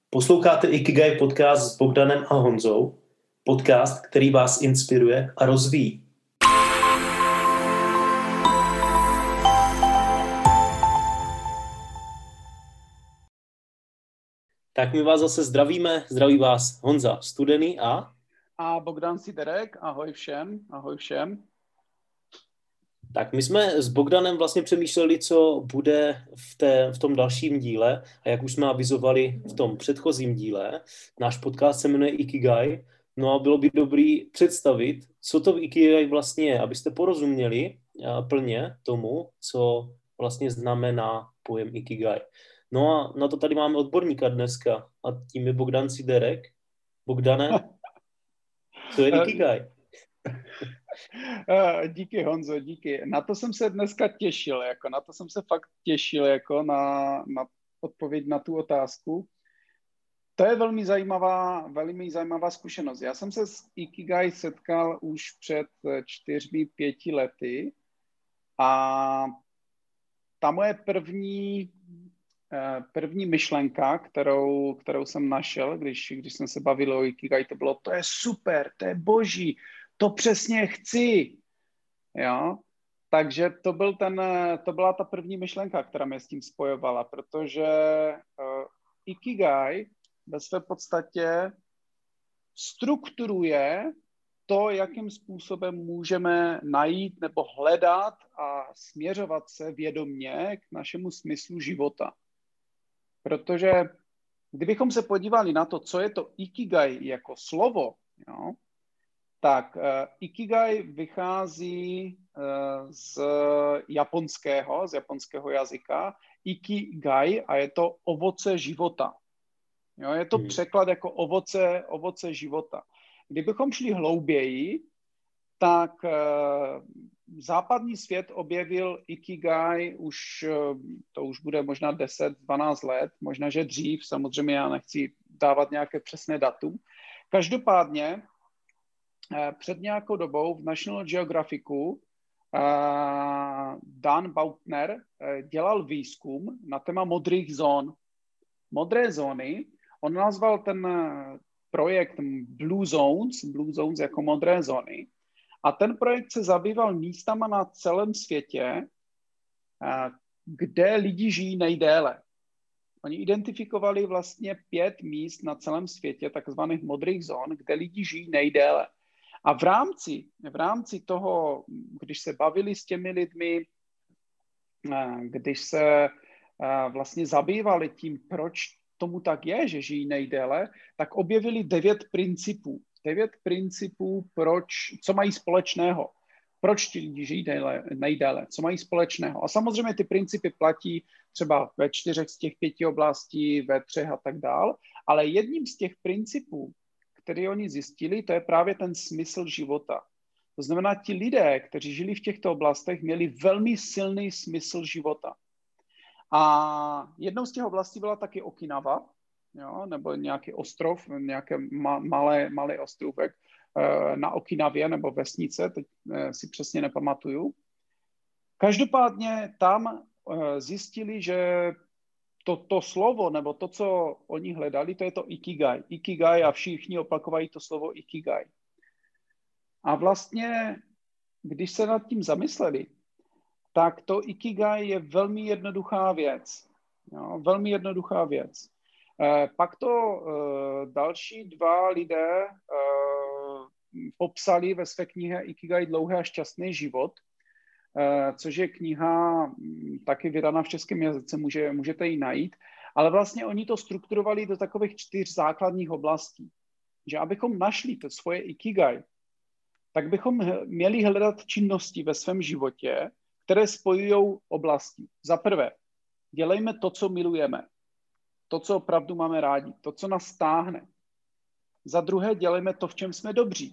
Posloucháte Ikigai podcast s Bogdanem a Honzou, podcast, který vás inspiruje a rozvíjí. Tak my vás zase zdravíme, zdraví vás Honza Studený a Bogdan Siderek. Ahoj všem, ahoj všem. Tak my jsme s Bogdanem vlastně přemýšleli, co bude v tom dalším díle, a jak už jsme avizovali v tom předchozím díle, náš podcast se jmenuje Ikigai, no a bylo by dobrý představit, co to Ikigai vlastně je, abyste porozuměli plně tomu, co vlastně znamená pojem Ikigai. No a na to tady máme odborníka dneska a tím je Bogdan Siderek. Bogdane, co je Ikigai? Díky Honzo, díky. Na to jsem se dneska těšil, na to jsem se fakt těšil, na odpověď na tu otázku. To je velmi zajímavá zkušenost. Já jsem se s Ikigai setkal už před 4-5 lety a ta moje první myšlenka, kterou jsem našel, když jsem se bavil o Ikigai, to bylo, to je super, to je boží, to přesně chci. Jo? Takže to byla ta první myšlenka, která mě s tím spojovala, protože Ikigai ve své podstatě strukturuje to, jakým způsobem můžeme najít nebo hledat a směřovat se vědomně k našemu smyslu života. Protože kdybychom se podívali na to, co je to Ikigai jako slovo, jo, tak Ikigai vychází z japonského jazyka. Ikigai a je to ovoce života. Jo, je to překlad jako ovoce života. Kdybychom šli hlouběji, tak západní svět objevil Ikigai to už bude možná 10-12 let, možná, že dřív, samozřejmě já nechci dávat nějaké přesné datum. Každopádně před nějakou dobou v National Geographicu Dan Buettner dělal výzkum na téma modrých zón. Modré zóny, on nazval ten projekt Blue Zones jako modré zóny. A ten projekt se zabýval místama na celém světě, kde lidi žijí nejdéle. Oni identifikovali vlastně 5 míst na celém světě, takzvaných modrých zón, kde lidi žijí nejdéle. A v rámci toho, když se bavili s těmi lidmi, když se vlastně zabývali tím, proč tomu tak je, že žijí nejdéle, tak objevili 9 principů. 9 principů, co mají společného. Proč ti lidi žijí nejdéle, co mají společného. A samozřejmě ty principy platí třeba ve 4 z těch 5 oblastí, ve 3 a tak dál, ale jedním z těch principů, který oni zjistili, to je právě ten smysl života. To znamená, ti lidé, kteří žili v těchto oblastech, měli velmi silný smysl života. A jednou z těch oblastí byla taky Okinawa, jo, nebo nějaký ostrov, nějaký malý ostrůvek na Okinavě nebo vesnice, teď si přesně nepamatuju. Každopádně tam zjistili, že to slovo, nebo to, co oni hledali, to je to Ikigai. Ikigai a všichni opakovají to slovo Ikigai. A vlastně, když se nad tím zamysleli, tak to Ikigai je velmi jednoduchá věc. Jo, velmi jednoduchá věc. Pak to další 2 lidé popsali ve své knize Ikigai dlouhý a šťastný život, což je kniha taky vydaná v českém jazyce, můžete ji najít, ale vlastně oni to strukturovali do takových 4 základních oblastí. Že abychom našli to svoje Ikigai, tak bychom měli hledat činnosti ve svém životě, které spojují oblasti. Za prvé, dělejme to, co milujeme, to, co opravdu máme rádi, to, co nás táhne. Za druhé, dělejme to, v čem jsme dobří.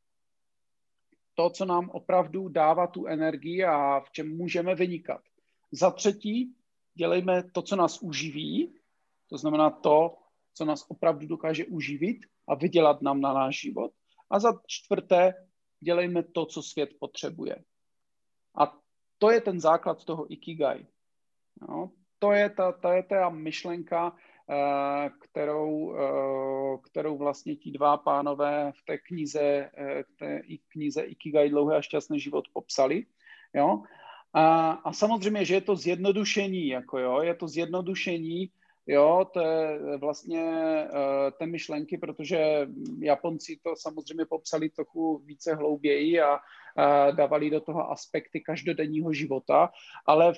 To, co nám opravdu dává tu energii a v čem můžeme vynikat. Za třetí, dělejme to, co nás uživí, to znamená to, co nás opravdu dokáže uživit a vydělat nám na náš život. A za čtvrté, dělejme to, co svět potřebuje. A to je ten základ toho Ikigai. No, to je ta myšlenka, kterou kterou vlastně ti dva pánové v té knize Ikigai dlouhý a šťastný život popsali. Jo? A samozřejmě, že je to zjednodušení, je to zjednodušení, to je vlastně té myšlenky, protože Japonci to samozřejmě popsali trochu více hlouběji a dávali do toho aspekty každodenního života, ale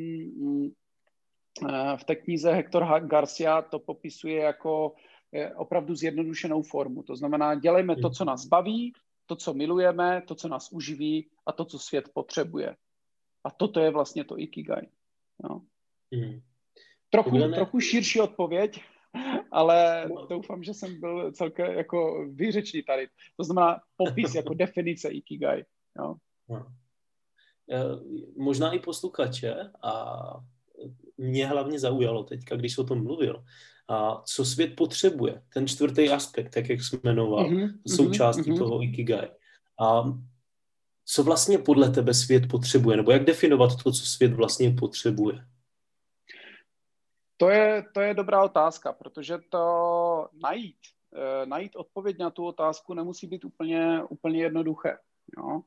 v té knize Hector Garcia to popisuje jako opravdu zjednodušenou formu. To znamená, dělejme to, co nás baví, to, co milujeme, to, co nás uživí a to, co svět potřebuje. A toto je vlastně to Ikigai. Jo. Trochu širší odpověď, ale doufám, že jsem byl celkem jako výřečný tady. To znamená popis jako definice Ikigai. Jo. Možná i posluchače a mě hlavně zaujalo teďka, když jsi o tom mluvil, a co svět potřebuje, ten čtvrtý aspekt, tak jak jsme jmenoval, součástí toho Ikigai. A co vlastně podle tebe svět potřebuje, nebo jak definovat to, co svět vlastně potřebuje? To je dobrá otázka, protože to najít odpověď na tu otázku nemusí být úplně jednoduché. Jo?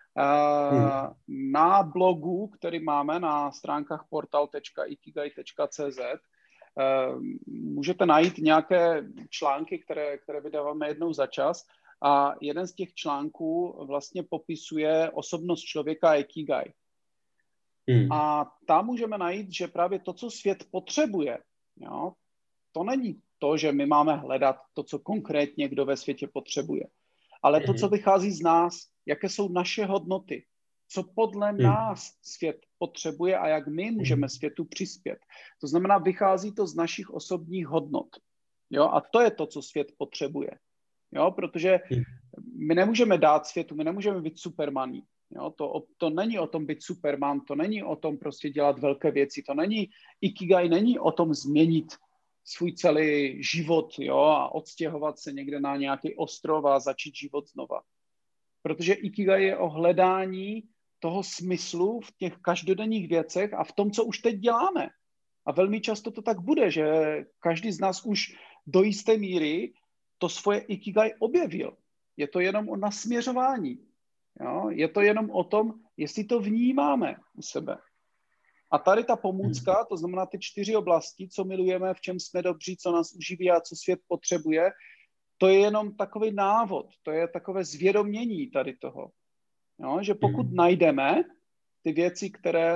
Na blogu, který máme na stránkách portal.ikigai.cz, můžete najít nějaké články, které vydáváme jednou za čas, a jeden z těch článků vlastně popisuje osobnost člověka Ikigai. A tam můžeme najít, že právě to, co svět potřebuje, to není to, že my máme hledat to, co konkrétně kdo ve světě potřebuje, ale to, co vychází z nás, jaké jsou naše hodnoty, co podle nás svět potřebuje a jak my můžeme světu přispět. To znamená, vychází to z našich osobních hodnot. A to je to, co svět potřebuje. Protože my nemůžeme dát světu, my nemůžeme být supermaní. To není o tom být superman, to není o tom prostě dělat velké věci, Ikigai není o tom změnit svůj celý život a odstěhovat se někde na nějaký ostrov a začít život znova. Protože Ikigai je o hledání toho smyslu v těch každodenních věcech a v tom, co už teď děláme. A velmi často to tak bude, že každý z nás už do jisté míry to svoje Ikigai objevil. Je to jenom o nasměřování. Je to jenom o tom, jestli to vnímáme u sebe. A tady ta pomůcka, to znamená ty 4 oblasti, co milujeme, v čem jsme dobří, co nás uživí a co svět potřebuje, to je jenom takový návod, to je takové zvědomění tady toho. Že pokud najdeme ty věci,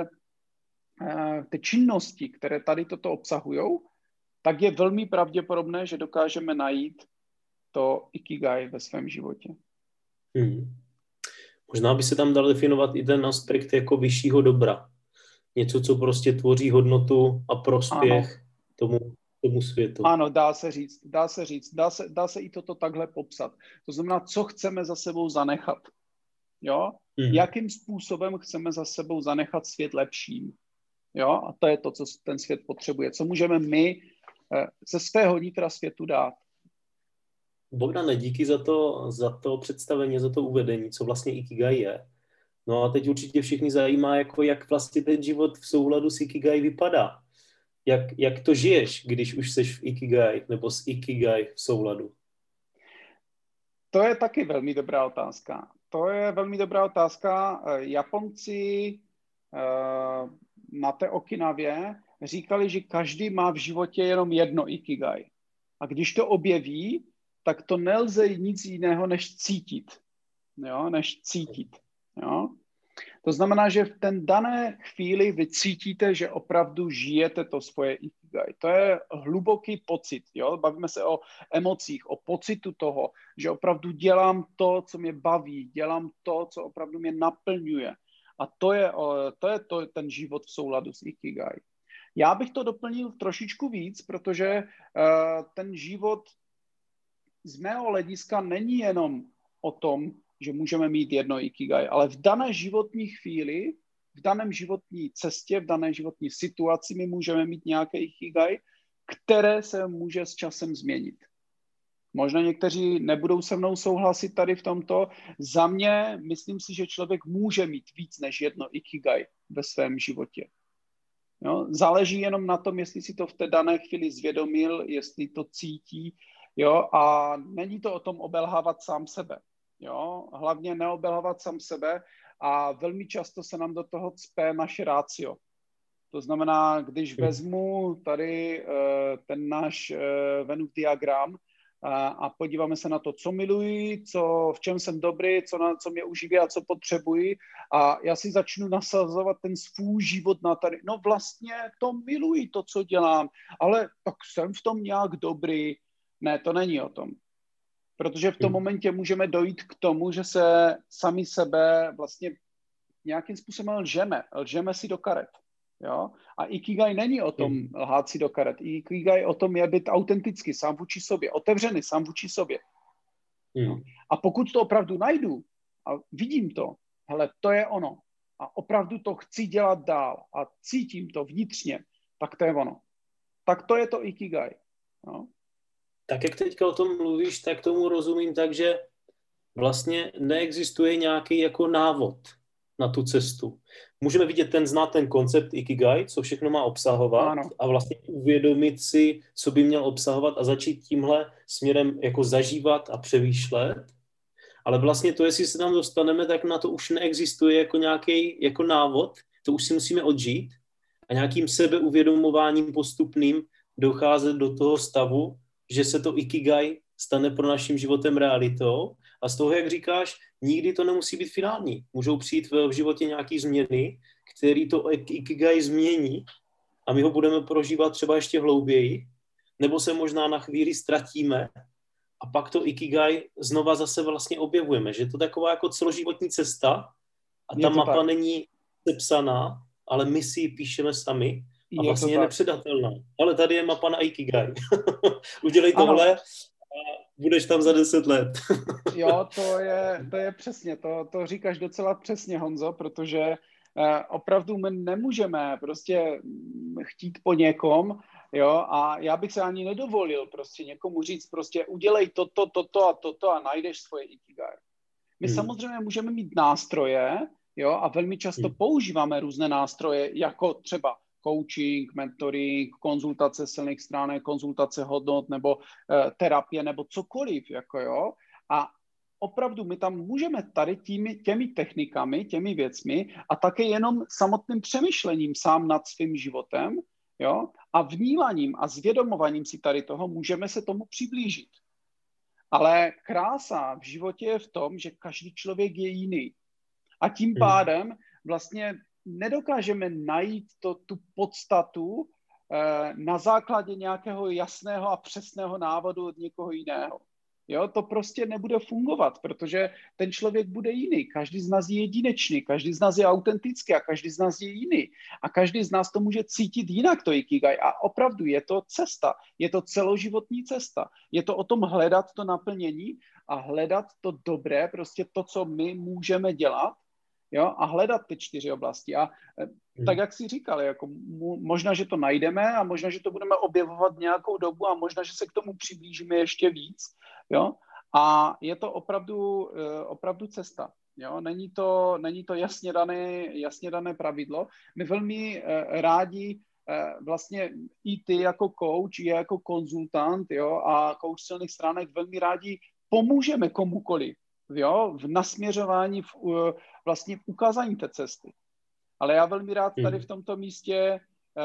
ty činnosti, které tady toto obsahují, tak je velmi pravděpodobné, že dokážeme najít to Ikigai ve svém životě. Možná by se tam dal definovat i ten aspekt jako vyššího dobra. Něco, co prostě tvoří hodnotu a prospěch tomu světu. Ano, dá se i toto takhle popsat. To znamená, co chceme za sebou zanechat. Jakým způsobem chceme za sebou zanechat svět lepším. A to je to, co ten svět potřebuje. Co můžeme my ze svého nitra světu dát. Bogdane, díky za to představení, za to uvedení, co vlastně Ikigai je. No a teď určitě všichni zajímá, jak vlastně ten život v souladu s Ikigai vypadá. Jak to žiješ, když už seš v Ikigai, nebo s Ikigai v souladu? To je taky velmi dobrá otázka. Japonci na té Okinavě říkali, že každý má v životě jenom jedno Ikigai. A když to objeví, tak to nelze nic jiného, než cítit. To znamená, že v ten dané chvíli vy cítíte, že opravdu žijete to svoje Ikigai. To je hluboký pocit. Bavíme se o emocích, o pocitu toho, že opravdu dělám to, co mě baví, dělám to, co opravdu mě naplňuje. A to je ten život v souladu s Ikigai. Já bych to doplnil trošičku víc, protože ten život z mého hlediska není jenom o tom, že můžeme mít jedno Ikigai, ale v dané životní chvíli, v daném životní cestě, v dané životní situaci my můžeme mít nějaké Ikigai, které se může s časem změnit. Možná někteří nebudou se mnou souhlasit tady v tomto. Za mě myslím si, že člověk může mít víc než jedno Ikigai ve svém životě. Záleží jenom na tom, jestli si to v té dané chvíli zvědomil, jestli to cítí, Jo, a není to o tom obelhávat sám sebe. Jo, hlavně neobelhávat sám sebe a velmi často se nám do toho cpe naše rácio. To znamená, když vezmu tady ten náš Venův diagram a podíváme se na to, co miluji, v čem jsem dobrý, co mě uživí a co potřebuji a já si začnu nasazovat ten svůj život na tady. No vlastně to miluji, to, co dělám, ale tak jsem v tom nějak dobrý. Ne, to není o tom. Protože v tom momentě můžeme dojít k tomu, že se sami sebe vlastně nějakým způsobem lžeme si do karet. Jo? A Ikigai není o tom lhát si do karet. Ikigai o tom je být autentický, sám vůči sobě, otevřený, sám vůči sobě. No. A pokud to opravdu najdu a vidím to, hele, to je ono a opravdu to chci dělat dál a cítím to vnitřně, tak to je ono. Tak to je to Ikigai. No. Tak jak teďka o tom mluvíš, tak tomu rozumím tak, že vlastně neexistuje nějaký jako návod na tu cestu. Můžeme vidět znát ten koncept Ikigai, co všechno má obsahovat ano. A vlastně uvědomit si, co by měl obsahovat a začít tímhle směrem jako zažívat a přemýšlet. Ale vlastně to, jestli se tam dostaneme, tak na to už neexistuje jako nějaký jako návod, to už si musíme odžít a nějakým sebeuvědomováním postupným docházet do toho stavu, že se to Ikigai stane pro naším životem realitou a z toho, jak říkáš, nikdy to nemusí být finální. Můžou přijít v životě nějaké změny, které to Ikigai změní a my ho budeme prožívat třeba ještě hlouběji, nebo se možná na chvíli ztratíme a pak to Ikigai znova zase vlastně objevujeme, že je to taková jako celoživotní cesta a ta mapa tak není sepsaná, ale my si ji píšeme sami a vlastně je nepředatelná. Ale tady je mapa na Ikigai. Udělej tohle a budeš tam za 10 let. Jo, to je přesně, to říkáš docela přesně, Honzo, protože opravdu my nemůžeme prostě chtít po někom, jo, a já bych se ani nedovolil prostě někomu říct prostě udělej toto a najdeš svoje Ikigai. My samozřejmě můžeme mít nástroje, jo, a velmi často používáme různé nástroje, jako třeba coaching, mentoring, konzultace silných stránek, konzultace hodnot nebo terapie nebo cokoliv, jako jo. A opravdu my tam můžeme tady těmi technikami, těmi věcmi a také jenom samotným přemýšlením sám nad svým životem, jo, a vnímáním a zvědomovaním si tady toho můžeme se tomu přiblížit. Ale krása v životě je v tom, že každý člověk je jiný. A tím pádem vlastně nedokážeme najít tu podstatu na základě nějakého jasného a přesného návodu od někoho jiného. Jo, to prostě nebude fungovat, protože ten člověk bude jiný. Každý z nás je jedinečný, každý z nás je autentický a každý z nás je jiný. A každý z nás to může cítit jinak, to Ikigai. A opravdu je to cesta, je to celoživotní cesta. Je to o tom hledat to naplnění a hledat to dobré, prostě to, co my můžeme dělat, jo, a hledat ty 4 oblasti. A tak, jak jsi říkal, jako možná, že to najdeme a možná, že to budeme objevovat nějakou dobu a možná, že se k tomu přiblížíme ještě víc. Jo? A je to opravdu cesta. Jo? Není to jasně dané pravidlo. My velmi rádi vlastně i ty jako coach, i jako konzultant, jo, a coach silných stránek velmi rádi pomůžeme komukoliv, jo, v nasměřování, vlastně v ukázání té cesty. Ale já velmi rád tady v tomto místě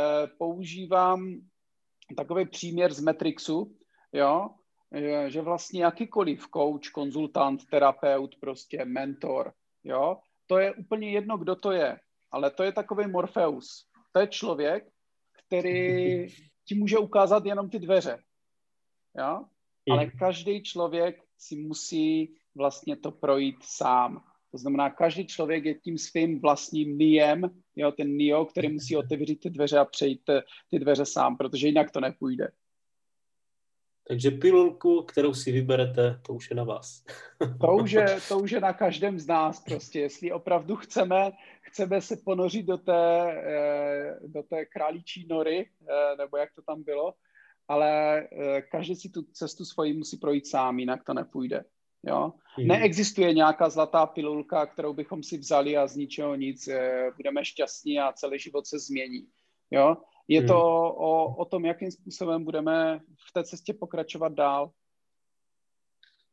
používám takový příměr z Matrixu, jo, že vlastně jakýkoliv coach, konzultant, terapeut, prostě mentor, jo, to je úplně jedno, kdo to je, ale to je takový Morpheus. To je člověk, který ti může ukázat jenom ty dveře, jo, ale každý člověk si musí vlastně to projít sám. To znamená, každý člověk je tím svým vlastním niem, jo, ten nio, který musí otevřít ty dveře a přejít ty dveře sám, protože jinak to nepůjde. Takže pilulku, kterou si vyberete, to už je na vás. To už je na každém z nás prostě. Jestli opravdu chceme se ponořit do té králíčí nory, nebo jak to tam bylo, ale každý si tu cestu svoji musí projít sám, jinak to nepůjde. Jo? Neexistuje nějaká zlatá pilulka, kterou bychom si vzali a z ničeho nic budeme šťastní a celý život se změní. Jo? Je to o tom, jakým způsobem budeme v té cestě pokračovat dál.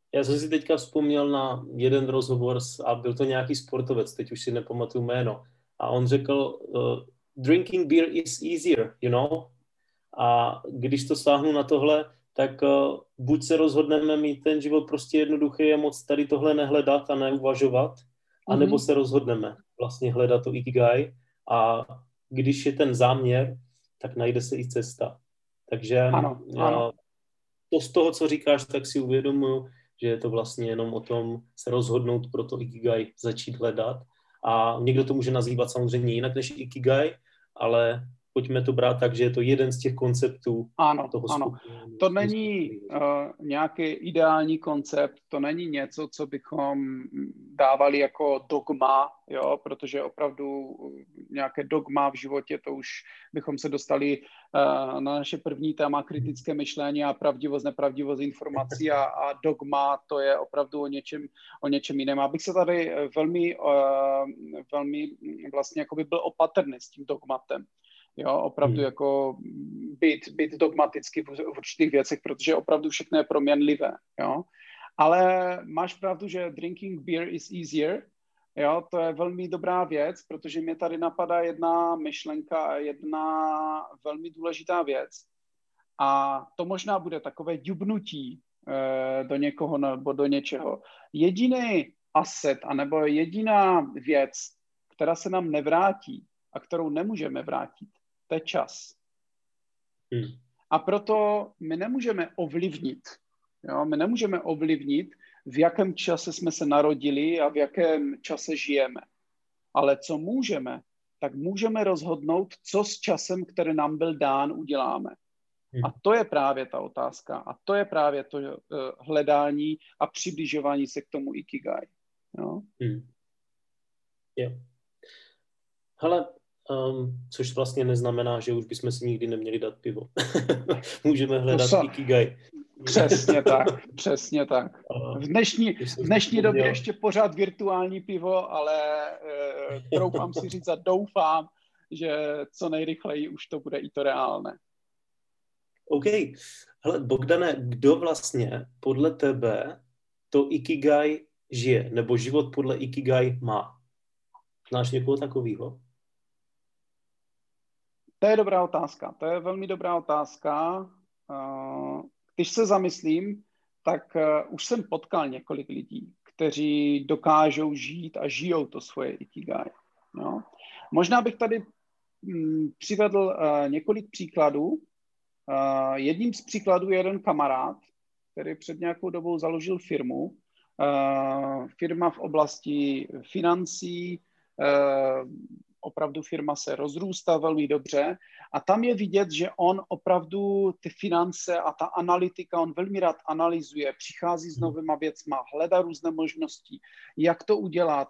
Já jsem si teďka vzpomněl na jeden rozhovor a byl to nějaký sportovec, teď už si nepamatuju jméno. A on řekl, drinking beer is easier, you know? A když to stáhnu na tohle, tak buď se rozhodneme mít ten život prostě jednoduchý a moc tady tohle nehledat a neuvažovat, anebo se rozhodneme vlastně hledat to ikigai a když je ten záměr, tak najde se i cesta. Takže Ano. to z toho, co říkáš, tak si uvědomuji, že je to vlastně jenom o tom se rozhodnout pro to ikigai, začít hledat. A někdo to může nazývat samozřejmě jinak než ikigai, ale pojďme to brát tak, že je to jeden z těch konceptů toho skupiny. To není nějaký ideální koncept, to není něco, co bychom dávali jako dogma, jo, protože opravdu nějaké dogma v životě, to už bychom se dostali na naše první téma kritické myšlení a pravdivost, nepravdivost informací a dogma, to je opravdu o něčem jiném. Abych se tady velmi vlastně jako by byl opatrný s tím dogmatem. Jo, opravdu jako být dogmaticky v určitých věcech, protože opravdu všechno je proměnlivé, jo. Ale máš pravdu, že drinking beer is easier, jo, to je velmi dobrá věc, protože mě tady napadá jedna myšlenka, jedna velmi důležitá věc a to možná bude takové dubnutí do někoho nebo do něčeho. Jediný asset, anebo jediná věc, která se nám nevrátí a kterou nemůžeme vrátit, to je čas. A proto my nemůžeme ovlivnit, jo? My nemůžeme ovlivnit, v jakém čase jsme se narodili a v jakém čase žijeme. Ale co můžeme, tak můžeme rozhodnout, co s časem, který nám byl dán, uděláme. A to je právě ta otázka. A to je právě to hledání a přibližování se k tomu ikigai. Jo? Jo. Hele, což vlastně neznamená, že už bychom si nikdy neměli dát pivo. Můžeme hledat ikigai. Přesně tak. V dnešní době ještě pořád virtuální pivo, ale troufám si říct a doufám, že co nejrychleji už to bude i to reálné. OK. Hele, Bogdane, kdo vlastně podle tebe to ikigai žije, nebo život podle ikigai má? Znáš někoho takového? To je dobrá otázka. To je velmi dobrá otázka. Když se zamyslím, tak už jsem potkal několik lidí, kteří dokážou žít a žijou to svoje ikigai. No. Možná bych tady přivedl několik příkladů. Jedním z příkladů je jeden kamarád, který před nějakou dobou založil firmu. Firma v oblasti financí, opravdu firma se rozrůstá velmi dobře a tam je vidět, že on opravdu ty finance a ta analytika, on velmi rád analyzuje, přichází s novýma věcma, hledá různé možnosti, jak to udělat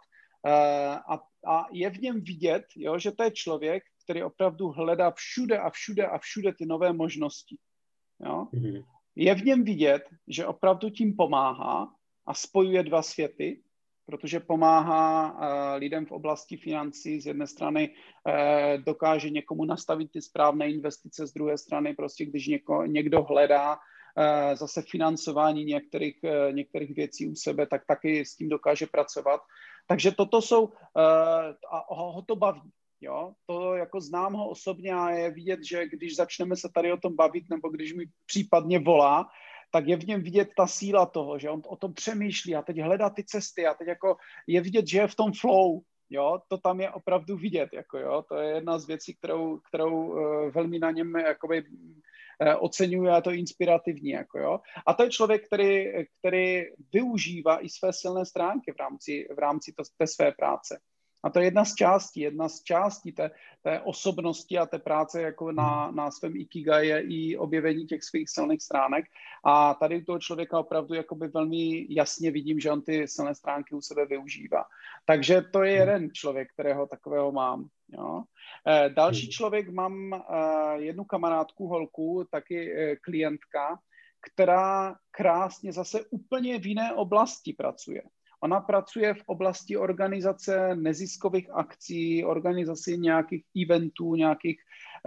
a je v něm vidět, jo, že to je člověk, který opravdu hledá všude ty nové možnosti. Jo. Je v něm vidět, že opravdu tím pomáhá a spojuje dva světy, protože pomáhá lidem v oblasti financí. Z jedné strany dokáže někomu nastavit ty správné investice, z druhé strany prostě, když někdo hledá zase financování některých věcí u sebe, tak taky s tím dokáže pracovat. Takže toto jsou, a ho to baví. Jo? To jako znám ho osobně a je vidět, že když začneme se tady o tom bavit, nebo když mi případně volá, tak je v něm vidět ta síla toho, že on o tom přemýšlí a teď hledá ty cesty a teď jako je vidět, že je v tom flow, jo, to tam je opravdu vidět, jako jo, to je jedna z věcí, kterou velmi na něm jakoby oceňuje a to je inspirativní, jako jo. A to je člověk, který využívá i své silné stránky v rámci té své práce. A to je jedna z částí té osobnosti a té práce jako na svém ikigai je i objevení těch svých silných stránek. A tady u toho člověka opravdu jakoby velmi jasně vidím, že on ty silné stránky u sebe využívá. Takže to je jeden člověk, kterého takového mám. Jo. Další člověk, mám jednu kamarádku, holku, taky klientka, která krásně zase úplně v jiné oblasti pracuje. Ona pracuje v oblasti organizace neziskových akcí, organizace nějakých eventů, nějakých,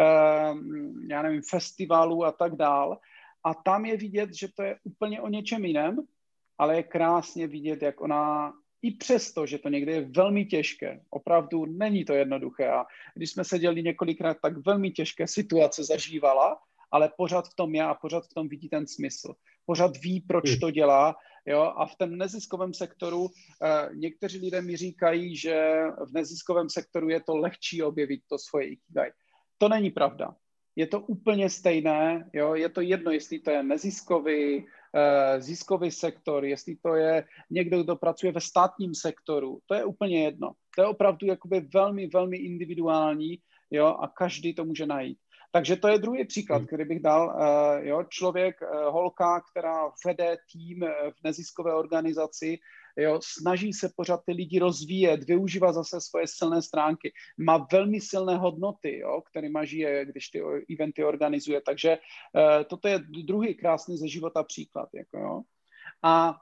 já nevím, festivalů a tak dál. A tam je vidět, že to je úplně o něčem jiném ale je krásně vidět, jak ona, i přesto, že to někdy je velmi těžké, opravdu není to jednoduché. A když jsme seděli několikrát, tak velmi těžké situace zažívala, ale pořád v tom je a pořád v tom vidí ten smysl. Pořád ví, proč to dělá. Jo? A v tom neziskovém sektoru někteří lidé mi říkají, že v neziskovém sektoru je to lehčí objevit to svoje ikigai. To není pravda. Je to úplně stejné, jo? Je to jedno, jestli to je neziskový, ziskový sektor, jestli to je někdo, kdo pracuje ve státním sektoru, to je úplně jedno. To je opravdu jakoby velmi, velmi individuální, jo? A každý to může najít. Takže to je druhý příklad, který bych dal. Jo? Člověk, holka, která vede tým v neziskové organizaci, jo? Snaží se pořád ty lidi rozvíjet, využívá zase svoje silné stránky, má velmi silné hodnoty, jo? Kterýma žije, když ty eventy organizuje. Takže toto je druhý krásný ze života příklad. Jako, jo? A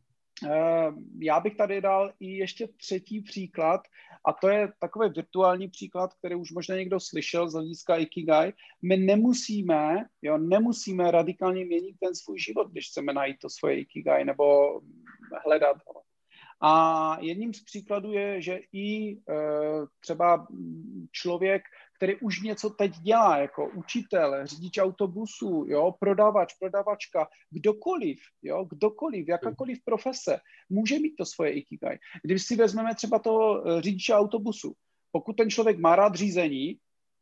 já bych tady dal i ještě třetí příklad, a to je takový virtuální příklad, který už možná někdo slyšel z hlediska Ikigai. My nemusíme radikálně měnit ten svůj život, když chceme najít to svoje Ikigai nebo hledat ho. A jedním z příkladů je, že i třeba člověk, který už něco teď dělá, jako učitel, řidič autobusu, jo, prodavač, prodavačka, kdokoliv, jakákoliv profese, může mít to svoje ikigai. Když si vezmeme třeba toho řidiče autobusu, pokud ten člověk má rád řízení,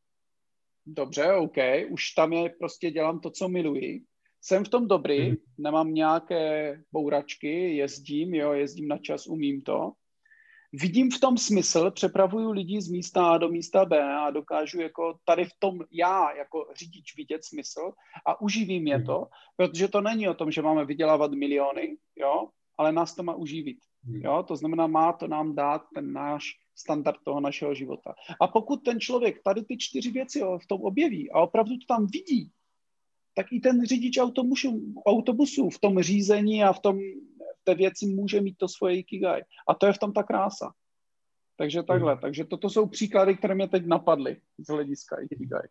dobře, OK, už tam je, prostě dělám to, co miluji, jsem v tom dobrý, nemám nějaké bouračky, jezdím na čas, umím to. Vidím v tom smysl, přepravuju lidi z místa A do místa B a dokážu jako tady v tom já jako řidič vidět smysl a uživím je to, protože to není o tom, že máme vydělávat miliony, jo, ale nás to má uživit. Jo? To znamená, má to nám dát ten náš standard toho našeho života. A pokud ten člověk tady ty 4 věci v tom objeví a opravdu to tam vidí, tak i ten řidič autobusu v tom řízení a v té věci může mít to svoje ikigai. A to je v tom ta krása. Takže takhle. Takže toto jsou příklady, které mě teď napadly z hlediska ikigai.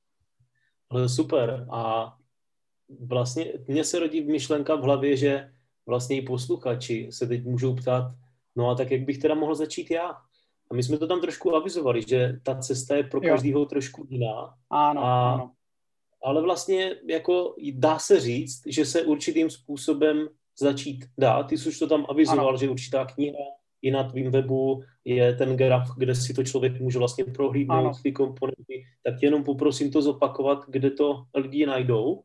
Ale super. A vlastně mně se rodí myšlenka v hlavě, že vlastně i posluchači se teď můžou ptát, no a tak jak bych teda mohl začít já? A my jsme to tam trošku avizovali, že ta cesta je pro každého trošku jiná. Ano. Ale vlastně jako dá se říct, že se určitým způsobem začít dá. Ty jsi už to tam avizoval, ano. Že určitá kniha i na tvým webu je ten graf, kde si to člověk může vlastně prohlídnout, ano. Ty komponenty. Tak tě jenom poprosím to zopakovat, kde to lidi najdou.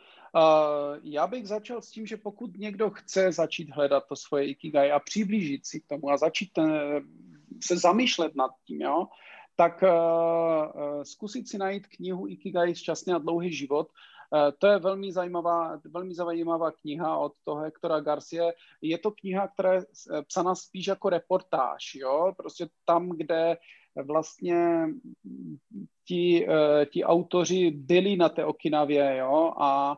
Já bych začal s tím, že pokud někdo chce začít hledat to svoje ikigai a přiblížit si k tomu a začít se zamýšlet nad tím, jo, tak zkusit si najít knihu Ikigai šťastný a dlouhý život. To je velmi zajímavá kniha od toho Hectora Garcie. Je to kniha, která je psaná spíš jako reportáž, jo? Prostě tam, kde vlastně ti autoři byli na té Okinavě, jo?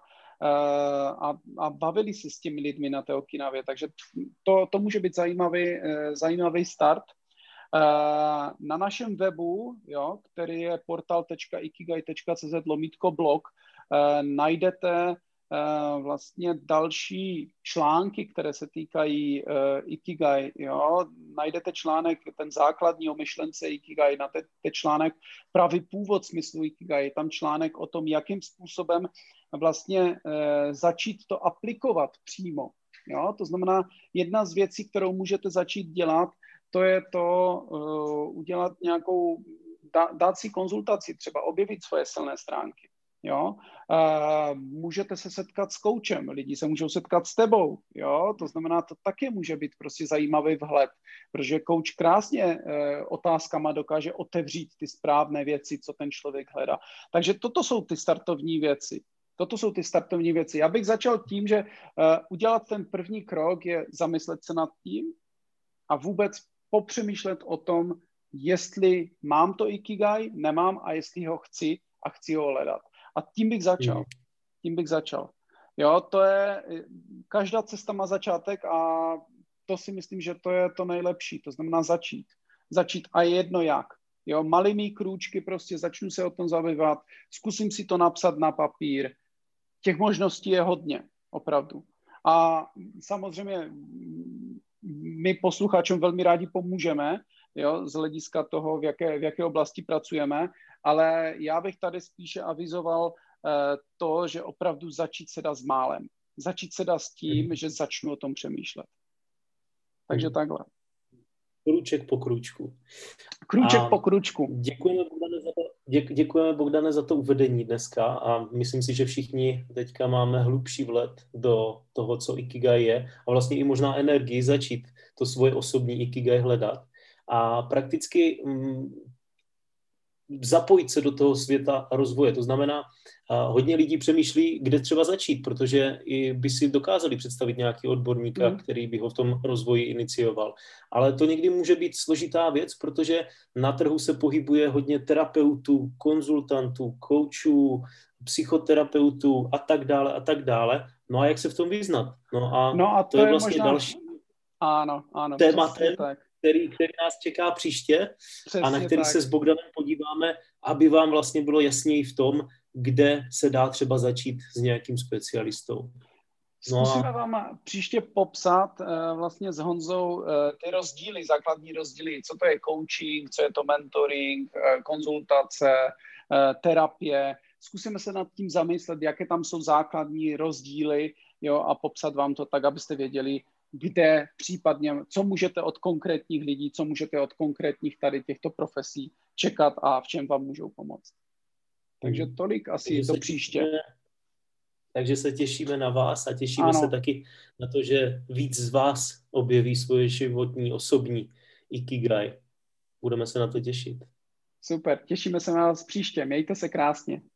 A bavili se s těmi lidmi na té Okinavě. Takže to může být zajímavý start. Na našem webu, jo, který je portal.ikigai.cz/blog, najdete vlastně další články, které se týkají Ikigai. Jo. Najdete článek, ten základní o myšlence Ikigai, na článek pravý původ smyslu Ikigai, tam článek o tom, jakým způsobem vlastně začít to aplikovat přímo. Jo. To znamená, jedna z věcí, kterou můžete začít dělat, to je to udělat dát si konzultaci, třeba objevit svoje silné stránky. Jo? Můžete se setkat s koučem, lidi se můžou setkat s tebou. Jo? To znamená, to taky může být prostě zajímavý vhled, protože kouč krásně otázkama dokáže otevřít ty správné věci, co ten člověk hledá. Takže toto jsou ty startovní věci. Já bych začal tím, že udělat ten první krok je zamyslet se nad tím a vůbec popřemýšlet o tom, jestli mám to ikigai, nemám a jestli ho chci a chci ho hledat. A tím bych začal. Jo, každá cesta má začátek a to si myslím, že to je to nejlepší. To znamená začít. Začít a jedno jak. Jo, malými krůčky prostě začnu se o tom zabývat, zkusím si to napsat na papír. Těch možností je hodně, opravdu. A samozřejmě my posluchačům velmi rádi pomůžeme, jo, z hlediska toho, v jaké oblasti pracujeme, ale já bych tady spíše avizoval to, že opravdu začít se dá s málem. Začít se dá s tím, že začnu o tom přemýšlet. Takže takhle. Kruček po kručku. Kruček po kručku. Děkujeme, Bogdane, za to uvedení dneska a myslím si, že všichni teďka máme hlubší vhled do toho, co Ikigai je a vlastně i možná energii začít to svoje osobní Ikigai hledat a prakticky zapojit se do toho světa rozvoje. To znamená, hodně lidí přemýšlí, kde třeba začít, protože i by si dokázali představit nějaký odborníka, který by ho v tom rozvoji inicioval. Ale to někdy může být složitá věc, protože na trhu se pohybuje hodně terapeutů, konzultantů, coachů, psychoterapeutů a tak dále a tak dále. No a jak se v tom vyznat? No a to je vlastně možná další tématem, který nás čeká příště. Přesně a na který tak se s Bogdanem podíváme, aby vám vlastně bylo jasněji v tom, kde se dá třeba začít s nějakým specialistou. Zkusíme vám příště popsat vlastně s Honzou ty rozdíly, základní rozdíly, co to je coaching, co je to mentoring, konzultace, terapie. Zkusíme se nad tím zamyslet, jaké tam jsou základní rozdíly, jo, a popsat vám to tak, abyste věděli, kde případně, co můžete od konkrétních lidí, co můžete od konkrétních tady těchto profesí čekat a v čem vám můžou pomoct. Takže tolik asi do příště. Takže se těšíme na vás a těšíme se taky na to, že víc z vás objeví svoje životní, osobní Ikigai. Budeme se na to těšit. Super, těšíme se na vás příště. Mějte se krásně.